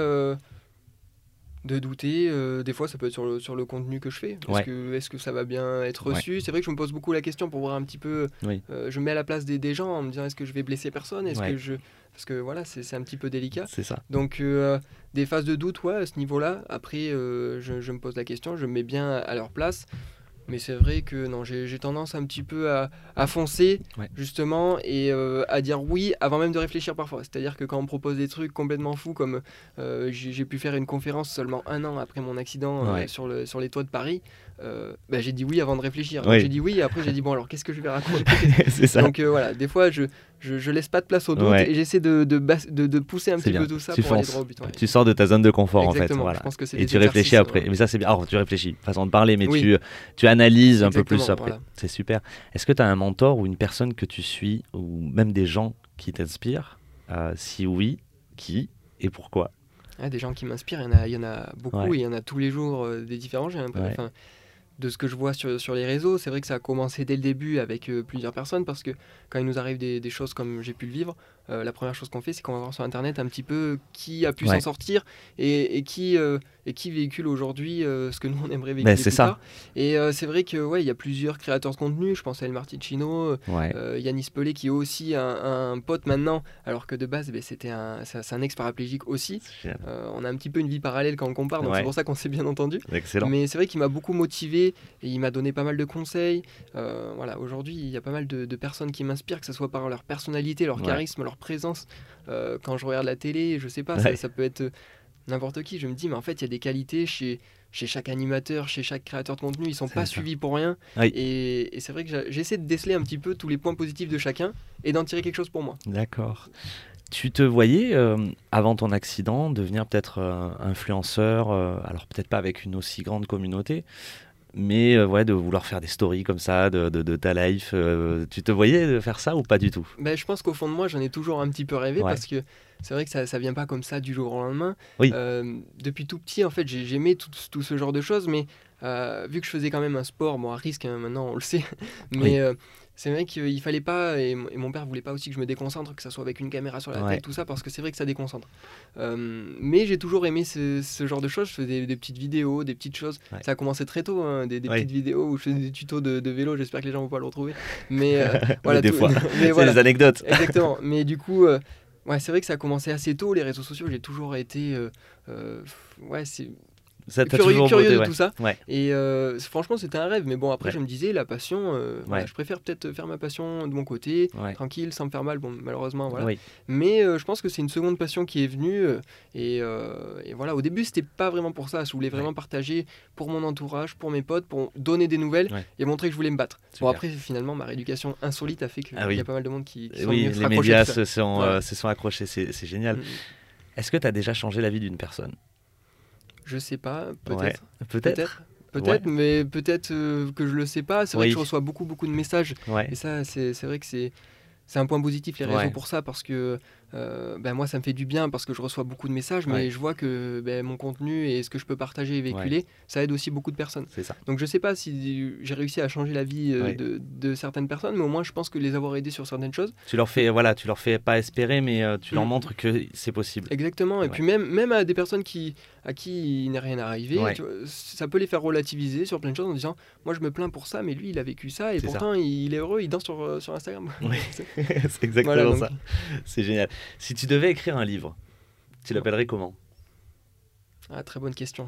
de douter, des fois ça peut être sur le contenu que je fais. Est-ce que ça va bien être reçu? C'est vrai que je me pose beaucoup la question pour voir un petit peu, je me mets à la place des gens en me disant, est-ce que je vais blesser personne? Parce que voilà, c'est un petit peu délicat. C'est ça. Donc des phases de doute, à ce niveau-là. Après, je me pose la question, je me mets bien à leur place. Mais c'est vrai que non, j'ai tendance un petit peu à foncer, justement, et à dire oui avant même de réfléchir parfois. C'est-à-dire que quand on me propose des trucs complètement fous, comme j'ai pu faire une conférence seulement 1 an après mon accident sur les toits de Paris, j'ai dit oui avant de réfléchir. J'ai dit oui, et après j'ai dit bon, alors qu'est-ce que je vais raconter? C'est ça. Donc voilà, des fois je laisse pas de place au doute, et j'essaie de pousser un petit peu tout ça pour aller droit au but. Tu sors de ta zone de confort. Exactement, en fait. Voilà. Je pense que c'est et tu réfléchis après. Mais ça c'est bien. Alors tu réfléchis, façon de parler, mais tu analyses un peu plus après. Voilà. C'est super. Est-ce que tu as un mentor ou une personne que tu suis, ou même des gens qui t'inspirent? Si oui, qui et pourquoi? Des gens qui m'inspirent, il y en a beaucoup, et il y en a tous les jours des différents. J'ai l'impression. De ce que je vois sur les réseaux, c'est vrai que ça a commencé dès le début avec plusieurs personnes, parce que quand il nous arrive des choses comme j'ai pu le vivre, la première chose qu'on fait, c'est qu'on va voir sur internet un petit peu qui a pu s'en sortir, et qui véhicule aujourd'hui ce que nous on aimerait véhiculer plus tard. Et c'est vrai que il y a plusieurs créateurs de contenu. Je pense à El Marticino, Yanis Pelé, qui est aussi un pote maintenant, alors que de base c'est un ex-paraplégique aussi. On a un petit peu une vie parallèle quand on compare, donc c'est pour ça qu'on s'est bien entendu. Excellent. Mais c'est vrai qu'il m'a beaucoup motivé, et il m'a donné pas mal de conseils. Aujourd'hui il y a pas mal de personnes qui m'inspirent, que ce soit par leur personnalité, leur charisme, leur présence. Quand je regarde la télé, je sais pas, ça peut être n'importe qui. Je me dis, mais en fait il y a des qualités chez chaque animateur, chez chaque créateur de contenu, ils sont pas suivis pour rien. Et c'est vrai que j'essaie de déceler un petit peu tous les points positifs de chacun et d'en tirer quelque chose pour moi. D'accord. Tu te voyais, avant ton accident, devenir peut-être influenceur, alors peut-être pas avec une aussi grande communauté, mais de vouloir faire des stories comme ça de ta life, tu te voyais de faire ça ou pas du tout? Je pense qu'au fond de moi j'en ai toujours un petit peu rêvé, parce que c'est vrai que ça vient pas comme ça du jour au lendemain. Oui. Depuis tout petit, en fait, j'aimais tout ce genre de choses, mais vu que je faisais quand même un sport, bon, à risque, hein, maintenant on le sait, mais c'est vrai qu'il fallait pas, et mon père voulait pas aussi que je me déconcentre, que ça soit avec une caméra sur la tête, tout ça, parce que c'est vrai que ça déconcentre. Mais j'ai toujours aimé ce genre de choses. Je faisais des petites vidéos, des petites choses. Ça a commencé très tôt, hein, des petites vidéos où je faisais des tutos de vélo. J'espère que les gens vont pas le retrouver. Mais voilà, des fois, mais c'est voilà. des anecdotes. Exactement. Mais du coup, c'est vrai que ça a commencé assez tôt. Les réseaux sociaux, j'ai toujours été, curieux de tout ça. Et franchement, c'était un rêve. Mais bon, après, je me disais, la passion, je préfère peut-être faire ma passion de mon côté, tranquille, sans me faire mal. Bon, malheureusement, voilà. Mais je pense que c'est une seconde passion qui est venue. Et voilà, au début, c'était pas vraiment pour ça. Je voulais vraiment partager pour mon entourage, pour mes potes, pour donner des nouvelles et montrer que je voulais me battre. Super. Bon, après, finalement, ma rééducation insolite a fait qu'il y a pas mal de monde qui sont venus les médias se sont accrochés. C'est génial. Est-ce que tu as déjà changé la vie d'une personne ? Je sais pas, peut-être. Peut-être, mais peut-être que je le sais pas. C'est vrai que je reçois beaucoup de messages. Et ça, c'est vrai que c'est un point positif, les réseaux, pour ça, parce que moi, ça me fait du bien, parce que je reçois beaucoup de messages, mais je vois que mon contenu et ce que je peux partager et véhiculer, ça aide aussi beaucoup de personnes. C'est ça. Donc je sais pas si j'ai réussi à changer la vie de certaines personnes, mais au moins je pense que les avoir aidés sur certaines choses. Tu leur fais pas espérer, mais tu leur montres que c'est possible. Exactement. Et puis même à des personnes à qui il n'est rien arrivé, tu vois, ça peut les faire relativiser sur plein de choses en disant, moi je me plains pour ça, mais lui il a vécu ça, et pourtant il est heureux, il danse sur Instagram. C'est exactement ça. C'est génial. Si tu devais écrire un livre, tu l'appellerais comment ? Très bonne question.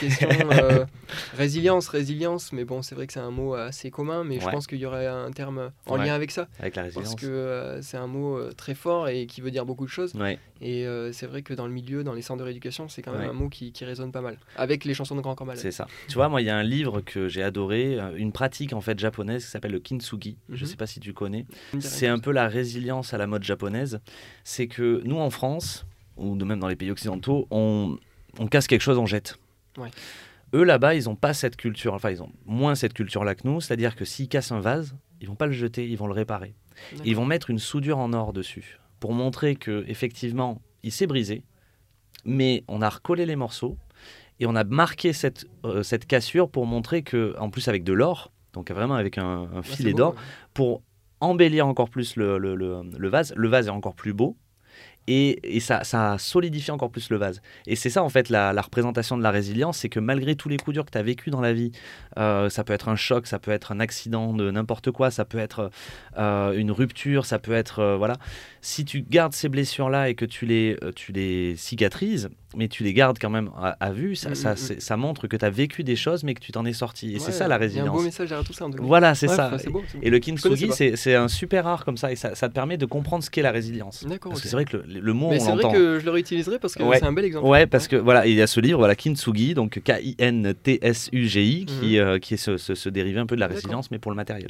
Résilience, mais bon, c'est vrai que c'est un mot assez commun, mais je pense qu'il y aurait un terme en lien avec ça. Avec la résilience. Parce que c'est un mot très fort et qui veut dire beaucoup de choses. Et c'est vrai que dans le milieu, dans les centres de rééducation, c'est quand même un mot qui résonne pas mal. Avec les chansons de Grand Corps Malade. C'est ça. Tu vois, moi, il y a un livre que j'ai adoré, une pratique en fait japonaise qui s'appelle le kintsugi. Je sais pas si tu connais. C'est un peu la résilience à la mode japonaise. C'est que nous, en France, ou même dans les pays occidentaux, on casse quelque chose, on jette. Eux, là-bas, ils n'ont pas cette culture. Enfin, ils ont moins cette culture-là que nous. C'est-à-dire que s'ils cassent un vase, ils vont pas le jeter, ils vont le réparer. Et ils vont mettre une soudure en or dessus pour montrer que effectivement, il s'est brisé, mais on a recollé les morceaux et on a marqué cette cassure pour montrer que, en plus avec de l'or, donc vraiment avec un filet d'or, pour embellir encore plus le vase. Le vase est encore plus beau. Et ça solidifie encore plus le vase. Et c'est ça en fait la représentation de la résilience, c'est que malgré tous les coups durs que tu as vécu dans la vie, ça peut être un choc, ça peut être un accident de n'importe quoi, ça peut être une rupture, ça peut être si tu gardes ces blessures là et que tu les cicatrises, mais tu les gardes quand même à vue, ça montre que tu as vécu des choses mais que tu t'en es sorti. Et c'est ça la résilience. Il y a un beau message derrière tout ça. Voilà, c'est ça. C'est beau. Et le kintsugi, c'est un super art comme ça, et ça te permet de comprendre ce qu'est la résilience. Parce que c'est vrai que le mot, mais on c'est l'entend. vrai que je le réutiliserai parce que c'est un bel exemple. Parce que il y a ce livre, Kintsugi, donc Kintsugi, qui est ce dérivé un peu de la résilience, mais pour le matériel.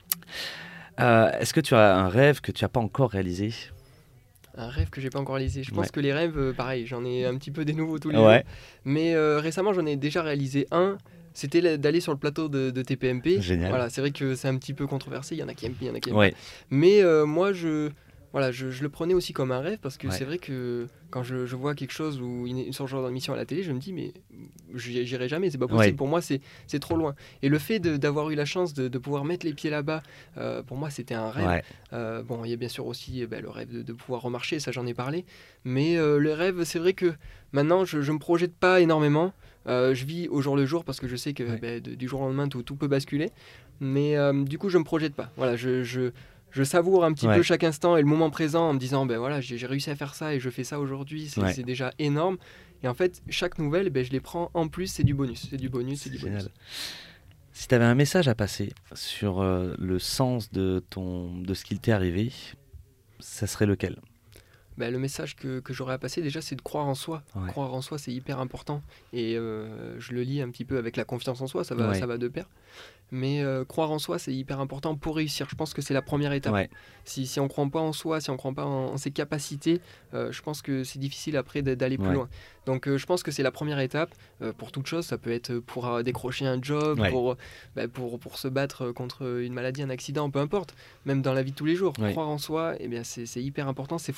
Est-ce que tu as un rêve que tu n'as pas encore réalisé ? Un rêve que j'ai pas encore réalisé. Je pense que les rêves, pareil, j'en ai un petit peu des nouveaux tous les jours. Mais récemment, j'en ai déjà réalisé un. C'était d'aller sur le plateau de TPMP. Génial. Voilà, c'est vrai que c'est un petit peu controversé. Il y en a qui aiment, il y en a qui aiment pas. Mais moi, je le prenais aussi comme un rêve, parce que c'est vrai que quand je vois quelque chose ou une genre d'émission à la télé, je me dis mais j'irai jamais, c'est pas possible. Pour moi, c'est trop loin. Et le fait d'avoir eu la chance de pouvoir mettre les pieds là-bas, pour moi, c'était un rêve. Bon, il y a bien sûr aussi le rêve de pouvoir remarcher, ça j'en ai parlé. Mais le rêve, c'est vrai que maintenant, je me projette pas énormément. Je vis au jour le jour parce que je sais que du jour au lendemain, tout peut basculer. Mais du coup, je me projette pas. Voilà, je savoure un petit peu chaque instant et le moment présent en me disant j'ai réussi à faire ça et je fais ça aujourd'hui, c'est déjà énorme. Et en fait, chaque nouvelle, je les prends en plus, c'est du bonus. C'est génial. Si tu avais un message à passer sur le sens de ce qu'il t'est arrivé, ça serait lequel ? Le message que j'aurais à passer déjà, c'est de croire en soi. Croire en soi, c'est hyper important. Et je le lis un petit peu avec la confiance en soi, ça va de pair. Mais croire en soi, c'est hyper important pour réussir. Je pense que c'est la première étape. Si on ne croit pas en soi, si on ne croit pas en ses capacités, je pense que c'est difficile après d'aller plus loin. Donc je pense que c'est la première étape pour toute chose. Ça peut être pour décrocher un job, pour se battre contre une maladie, un accident, peu importe. Même dans la vie de tous les jours. Croire en soi, c'est hyper important, c'est fondamental.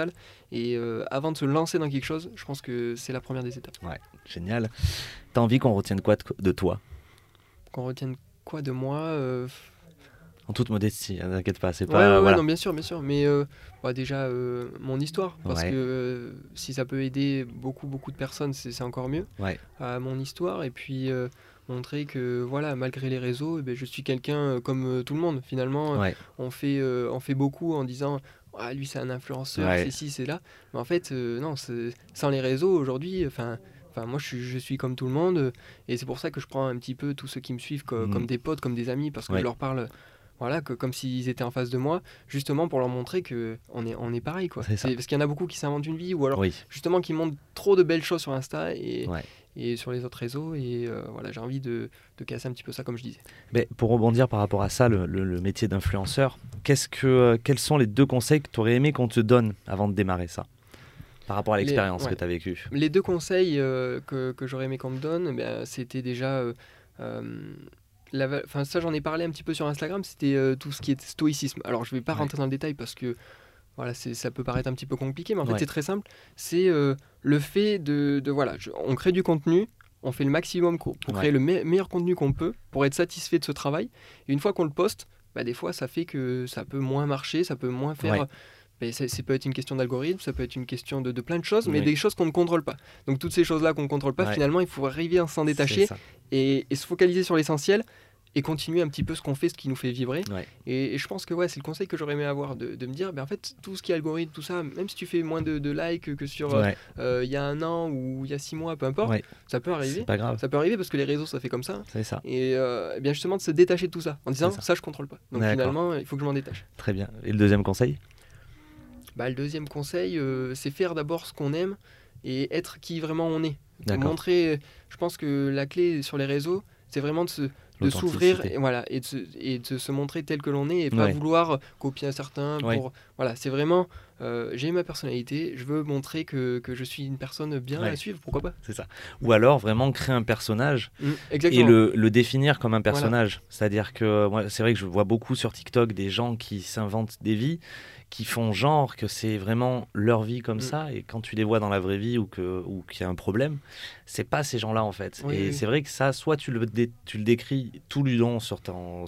fondamentale. Et avant de se lancer dans quelque chose, je pense que c'est la première des étapes. Ouais, génial. T'as envie qu'on retienne quoi de toi ? Qu'on retienne quoi de moi En toute modestie, ne t'inquiète pas, c'est pas... Ouais, voilà. non, bien sûr, mais déjà mon histoire, parce que si ça peut aider beaucoup de personnes, c'est encore mieux. Mon histoire, et puis montrer que voilà, malgré les réseaux, je suis quelqu'un comme tout le monde. Finalement, on fait beaucoup en disant lui c'est un influenceur, c'est ci, c'est là. Mais en fait, non, sans les réseaux aujourd'hui, moi je suis comme tout le monde, et c'est pour ça que je prends un petit peu tous ceux qui me suivent comme des potes, comme des amis, parce que je leur parle. Voilà, comme s'ils étaient en face de moi, justement pour leur montrer qu'on est pareil, quoi. Parce qu'il y en a beaucoup qui s'inventent une vie, ou alors justement qui montrent trop de belles choses sur Insta et sur les autres réseaux. Et voilà, j'ai envie de casser un petit peu ça, comme je disais. Mais pour rebondir par rapport à ça, le métier d'influenceur, quels sont les 2 conseils que tu aurais aimé qu'on te donne avant de démarrer ça, par rapport à l'expérience que tu as vécue ? Les 2 conseils que j'aurais aimé qu'on me donne, c'était déjà... ça j'en ai parlé un petit peu sur Instagram, c'était tout ce qui est stoïcisme. Alors je vais pas rentrer dans le détail parce que voilà, ça peut paraître un petit peu compliqué, mais en fait c'est très simple. C'est le fait on crée du contenu, on fait le maximum pour créer le meilleur contenu qu'on peut, pour être satisfait de ce travail. Et une fois qu'on le poste, des fois ça fait que ça peut moins marcher, ça peut moins faire... Ça peut être une question d'algorithme, ça peut être une question de plein de choses, mais des choses qu'on ne contrôle pas. Donc toutes ces choses-là qu'on ne contrôle pas, finalement, il faut arriver à s'en détacher et se focaliser sur l'essentiel et continuer un petit peu ce qu'on fait, ce qui nous fait vibrer. Et je pense que c'est le conseil que j'aurais aimé avoir, de me dire, en fait, tout ce qui est algorithme, tout ça, même si tu fais moins de likes que sur il y a 1 an ou il y a 6 mois, peu importe, ça peut arriver. C'est pas grave. Ça peut arriver parce que les réseaux, ça fait comme ça. C'est ça. Et bien justement, de se détacher de tout ça, en disant, ça je contrôle pas. Donc finalement, il faut que je m'en détache. Très bien. Et le 2e conseil ? Le 2e conseil, c'est faire d'abord ce qu'on aime et être qui vraiment on est. Montrer, je pense que la clé sur les réseaux, c'est vraiment de s'ouvrir et de se montrer tel que l'on est et pas vouloir copier un certain. Voilà, c'est vraiment, j'ai ma personnalité, je veux montrer que je suis une personne bien à suivre, pourquoi pas. C'est ça. Ou alors vraiment créer un personnage et le définir comme un personnage. C'est-à-dire que moi, c'est vrai que je vois beaucoup sur TikTok des gens qui s'inventent des vies, qui font genre que c'est vraiment leur vie comme ça, et quand tu les vois dans la vraie vie ou qu'il y a un problème, c'est pas ces gens-là en fait. C'est vrai que ça, soit tu le décris tout le long sur ton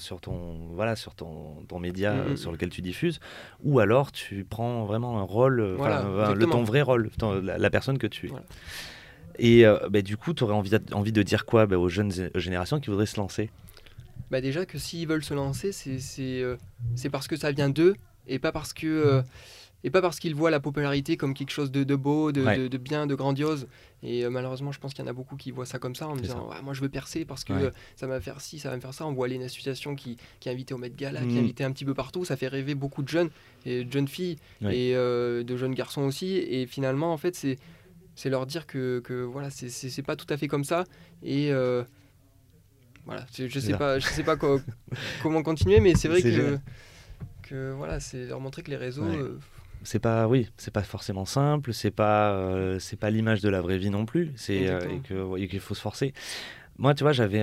média sur lequel tu diffuses, ou alors tu prends vraiment un rôle, ton vrai rôle, la personne que tu es. Et du coup, tu aurais envie de dire quoi aux jeunes générations qui voudraient se lancer ? Déjà que s'ils veulent se lancer, c'est parce que ça vient d'eux, et pas parce qu'ils voient la popularité comme quelque chose de beau, de bien, de grandiose. Et malheureusement, je pense qu'il y en a beaucoup qui voient ça comme ça, en me disant moi je veux percer parce que ça va me faire ci, ça va me faire ça. On voit les associations qui est invitée au Met Gala, qui est invitée un petit peu partout. Ça fait rêver beaucoup de jeunes, et de jeunes filles, et de jeunes garçons aussi. Et finalement, en fait, c'est leur dire que voilà, c'est pas tout à fait comme ça. Et voilà, je sais pas comment continuer, mais c'est vrai que voilà, c'est leur montrer que les réseaux... c'est pas forcément simple, c'est pas l'image de la vraie vie non plus, et qu'il faut se forcer. Moi, tu vois, j'avais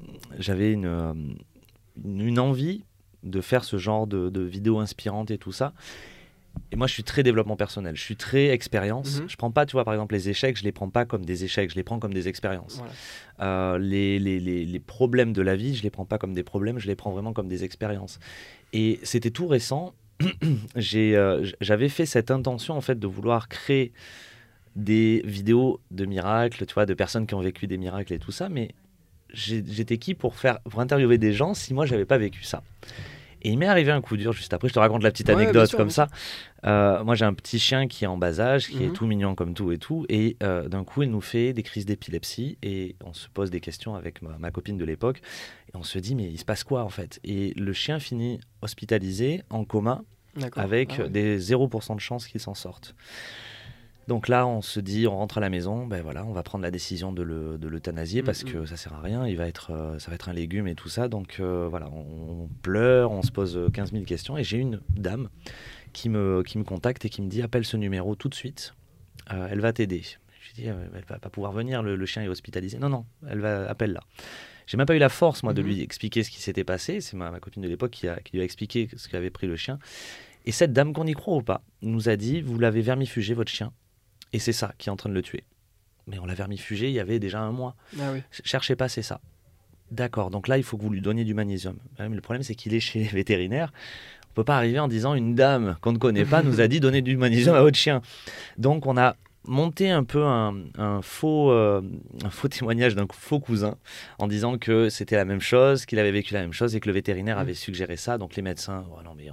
une envie de faire ce genre de vidéos inspirantes et tout ça. Et moi, je suis très développement personnel, je suis très expérience. Je prends pas, tu vois, par exemple, les échecs, je les prends pas comme des échecs, je les prends comme des expériences. Les problèmes de la vie, je les prends pas comme des problèmes, je les prends vraiment comme des expériences. Et c'était tout récent. J'avais fait cette intention en fait de vouloir créer des vidéos de miracles, tu vois, de personnes qui ont vécu des miracles et tout ça, mais j'étais qui pour interviewer des gens si moi j'avais pas vécu ça. Et il m'est arrivé un coup dur juste après. Je te raconte la petite anecdote comme ça. Moi, j'ai un petit chien qui est en bas âge, qui est tout mignon comme tout et tout. Et d'un coup, il nous fait des crises d'épilepsie. Et on se pose des questions avec ma copine de l'époque. Et on se dit, mais il se passe quoi en fait ? Et le chien finit hospitalisé, en coma, avec des 0% de chances qu'il s'en sorte. Donc là, on se dit, on rentre à la maison, on va prendre la décision de l'euthanasier parce que ça sert à rien, ça va être un légume et tout ça. Donc on pleure, on se pose 15 000 questions. Et j'ai une dame qui me contacte et qui me dit, appelle ce numéro tout de suite, elle va t'aider. Je lui dis, elle va pas pouvoir venir, le chien est hospitalisé. Non, appelle-la. J'ai même pas eu la force, moi, de lui expliquer ce qui s'était passé. C'est ma copine de l'époque qui lui a expliqué ce qu'avait pris le chien. Et cette dame, qu'on y croit ou pas, nous a dit, vous l'avez vermifugé, votre chien, et c'est ça qui est en train de le tuer. Mais on l'a vermifugé il y avait déjà 1 mois. Ah oui. Cherchez pas, c'est ça. D'accord, donc là, il faut que vous lui donniez du magnésium. Mais le problème, c'est qu'il est chez les vétérinaires. On ne peut pas arriver en disant, une dame qu'on ne connaît pas nous a dit, donnez du magnésium à votre chien. Donc, on a monté un peu un faux témoignage d'un faux cousin en disant que c'était la même chose, qu'il avait vécu la même chose et que le vétérinaire avait suggéré ça. Donc les médecins, oh non mais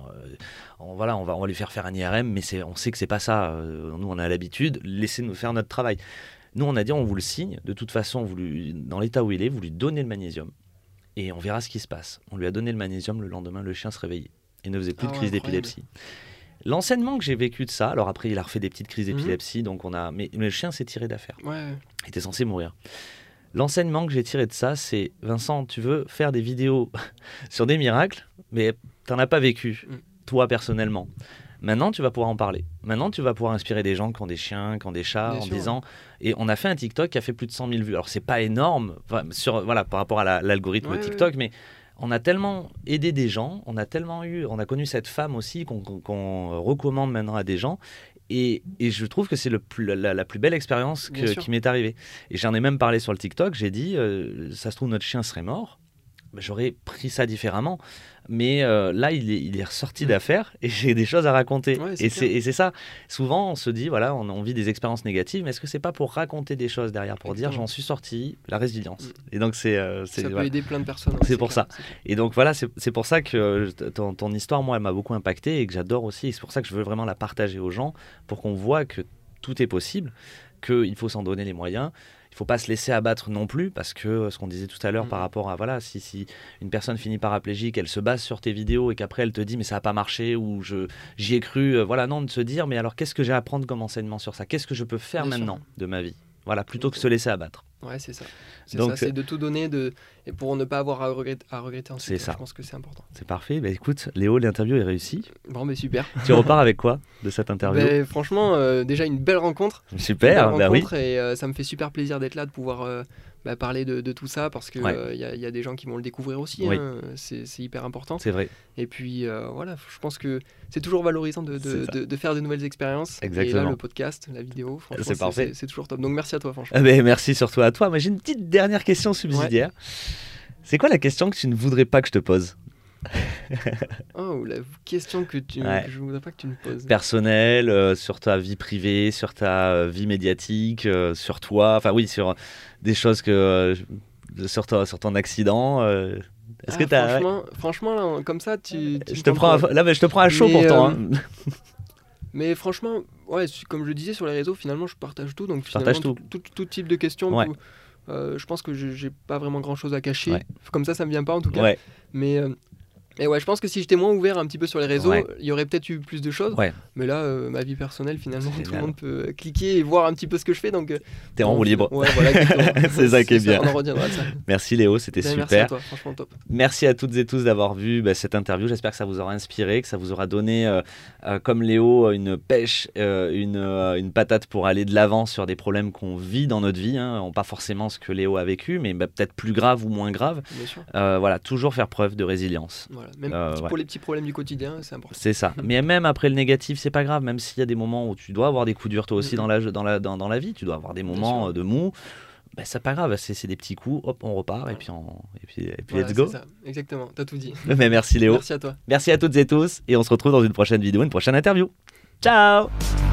on va lui faire un IRM, mais on sait que c'est pas ça. Nous on a l'habitude, laissez-nous faire notre travail. Nous on a dit on vous le signe. De toute façon, dans l'état où il est, vous lui donnez le magnésium et on verra ce qui se passe. On lui a donné le magnésium, le lendemain le chien se réveillait et ne faisait plus de crise d'épilepsie. L'enseignement que j'ai vécu de ça, alors après il a refait des petites crises d'épilepsie, donc mais le chien s'est tiré d'affaire. Il était censé mourir. L'enseignement que j'ai tiré de ça, c'est Vincent, tu veux faire des vidéos sur des miracles, mais t'en as pas vécu, toi personnellement. Maintenant, tu vas pouvoir en parler. Maintenant, tu vas pouvoir inspirer des gens qui ont des chiens, qui ont des chats, en disant. Et on a fait un TikTok qui a fait plus de 100 000 vues. Alors c'est pas énorme, par rapport à l'algorithme de TikTok, mais on a tellement aidé des gens, on a connu cette femme aussi qu'on recommande maintenant à des gens. Et je trouve que c'est la plus belle expérience qui m'est arrivée. Et j'en ai même parlé sur le TikTok, j'ai dit, ça se trouve notre chien serait mort, j'aurais pris ça différemment. Mais là, il est ressorti d'affaire et j'ai des choses à raconter. Et c'est ça. Souvent, on se dit, voilà, on vit des expériences négatives, mais est-ce que c'est pas pour raconter des choses derrière, pour dire, j'en suis sorti, la résilience. Et donc, ça peut aider plein de personnes. C'est pour ça. Et donc, voilà, c'est pour ça que ton histoire, moi, elle m'a beaucoup impacté et que j'adore aussi. Et c'est pour ça que je veux vraiment la partager aux gens pour qu'on voit que tout est possible, qu'il faut s'en donner les moyens. Il ne faut pas se laisser abattre non plus, parce que ce qu'on disait tout à l'heure par rapport à, si une personne finit paraplégique, elle se base sur tes vidéos et qu'après elle te dit mais ça n'a pas marché ou j'y ai cru, non, de se dire mais alors qu'est-ce que j'ai à prendre comme enseignement sur ça, qu'est-ce que je peux faire maintenant de ma vie, plutôt que se laisser abattre. Ouais, c'est ça. C'est de tout donner et pour ne pas avoir à regretter ensuite. C'est ça. Je pense que c'est important. C'est parfait. Écoute, Léo, l'interview est réussie. Bon, super. Tu repars avec quoi de cette interview? Franchement, déjà une belle rencontre. Super, oui. Et ça me fait super plaisir d'être là, de pouvoir parler de tout ça, parce qu'il y a des gens qui vont le découvrir aussi. C'est hyper important. C'est vrai. Et puis je pense que c'est toujours valorisant de faire de nouvelles expériences. Exactement. Et là, le podcast, la vidéo, franchement, c'est parfait. C'est toujours top. Donc merci à toi, franchement. Merci surtout à toi. Mais j'ai une petite dernière question subsidiaire. C'est quoi la question que tu ne voudrais pas que je te pose? La question que je ne voudrais pas que tu me poses. Personnelle, sur ta vie privée, sur ta vie médiatique, sur toi, sur des choses sur ton accident. Est-ce que t'as... Franchement là, comme ça, je te prends à chaud pourtant. Mais franchement, comme je le disais sur les réseaux, finalement, je partage tout. Donc partage tout. Tout type de questions. Je pense que j'ai pas vraiment grand chose à cacher. Comme ça me vient pas en tout cas. Mais je pense que si j'étais moins ouvert un petit peu sur les réseaux, il y aurait peut-être eu plus de choses. Mais là, ma vie personnelle, finalement, tout le monde peut cliquer et voir un petit peu ce que je fais. Donc, t'es en roue libre. C'est ça qui est bien. On en reviendra de ça. Merci Léo, c'était super. Merci à toi, franchement top. Merci à toutes et tous d'avoir vu cette interview. J'espère que ça vous aura inspiré, que ça vous aura donné, comme Léo, une pêche, une patate pour aller de l'avant sur des problèmes qu'on vit dans notre vie. Pas forcément ce que Léo a vécu, mais peut-être plus grave ou moins grave. Bien sûr. Toujours faire preuve de résilience. Même pour les petits problèmes du quotidien, c'est important. C'est ça. Mais même après le négatif, c'est pas grave. Même s'il y a des moments où tu dois avoir des coups durs toi aussi dans la vie, tu dois avoir des moments de mou. C'est pas grave, c'est des petits coups. Hop, on repart et puis let's go. C'est ça. Exactement. T'as tout dit. Mais merci Léo. Merci à toi. Merci à toutes et tous et on se retrouve dans une prochaine vidéo, une prochaine interview. Ciao.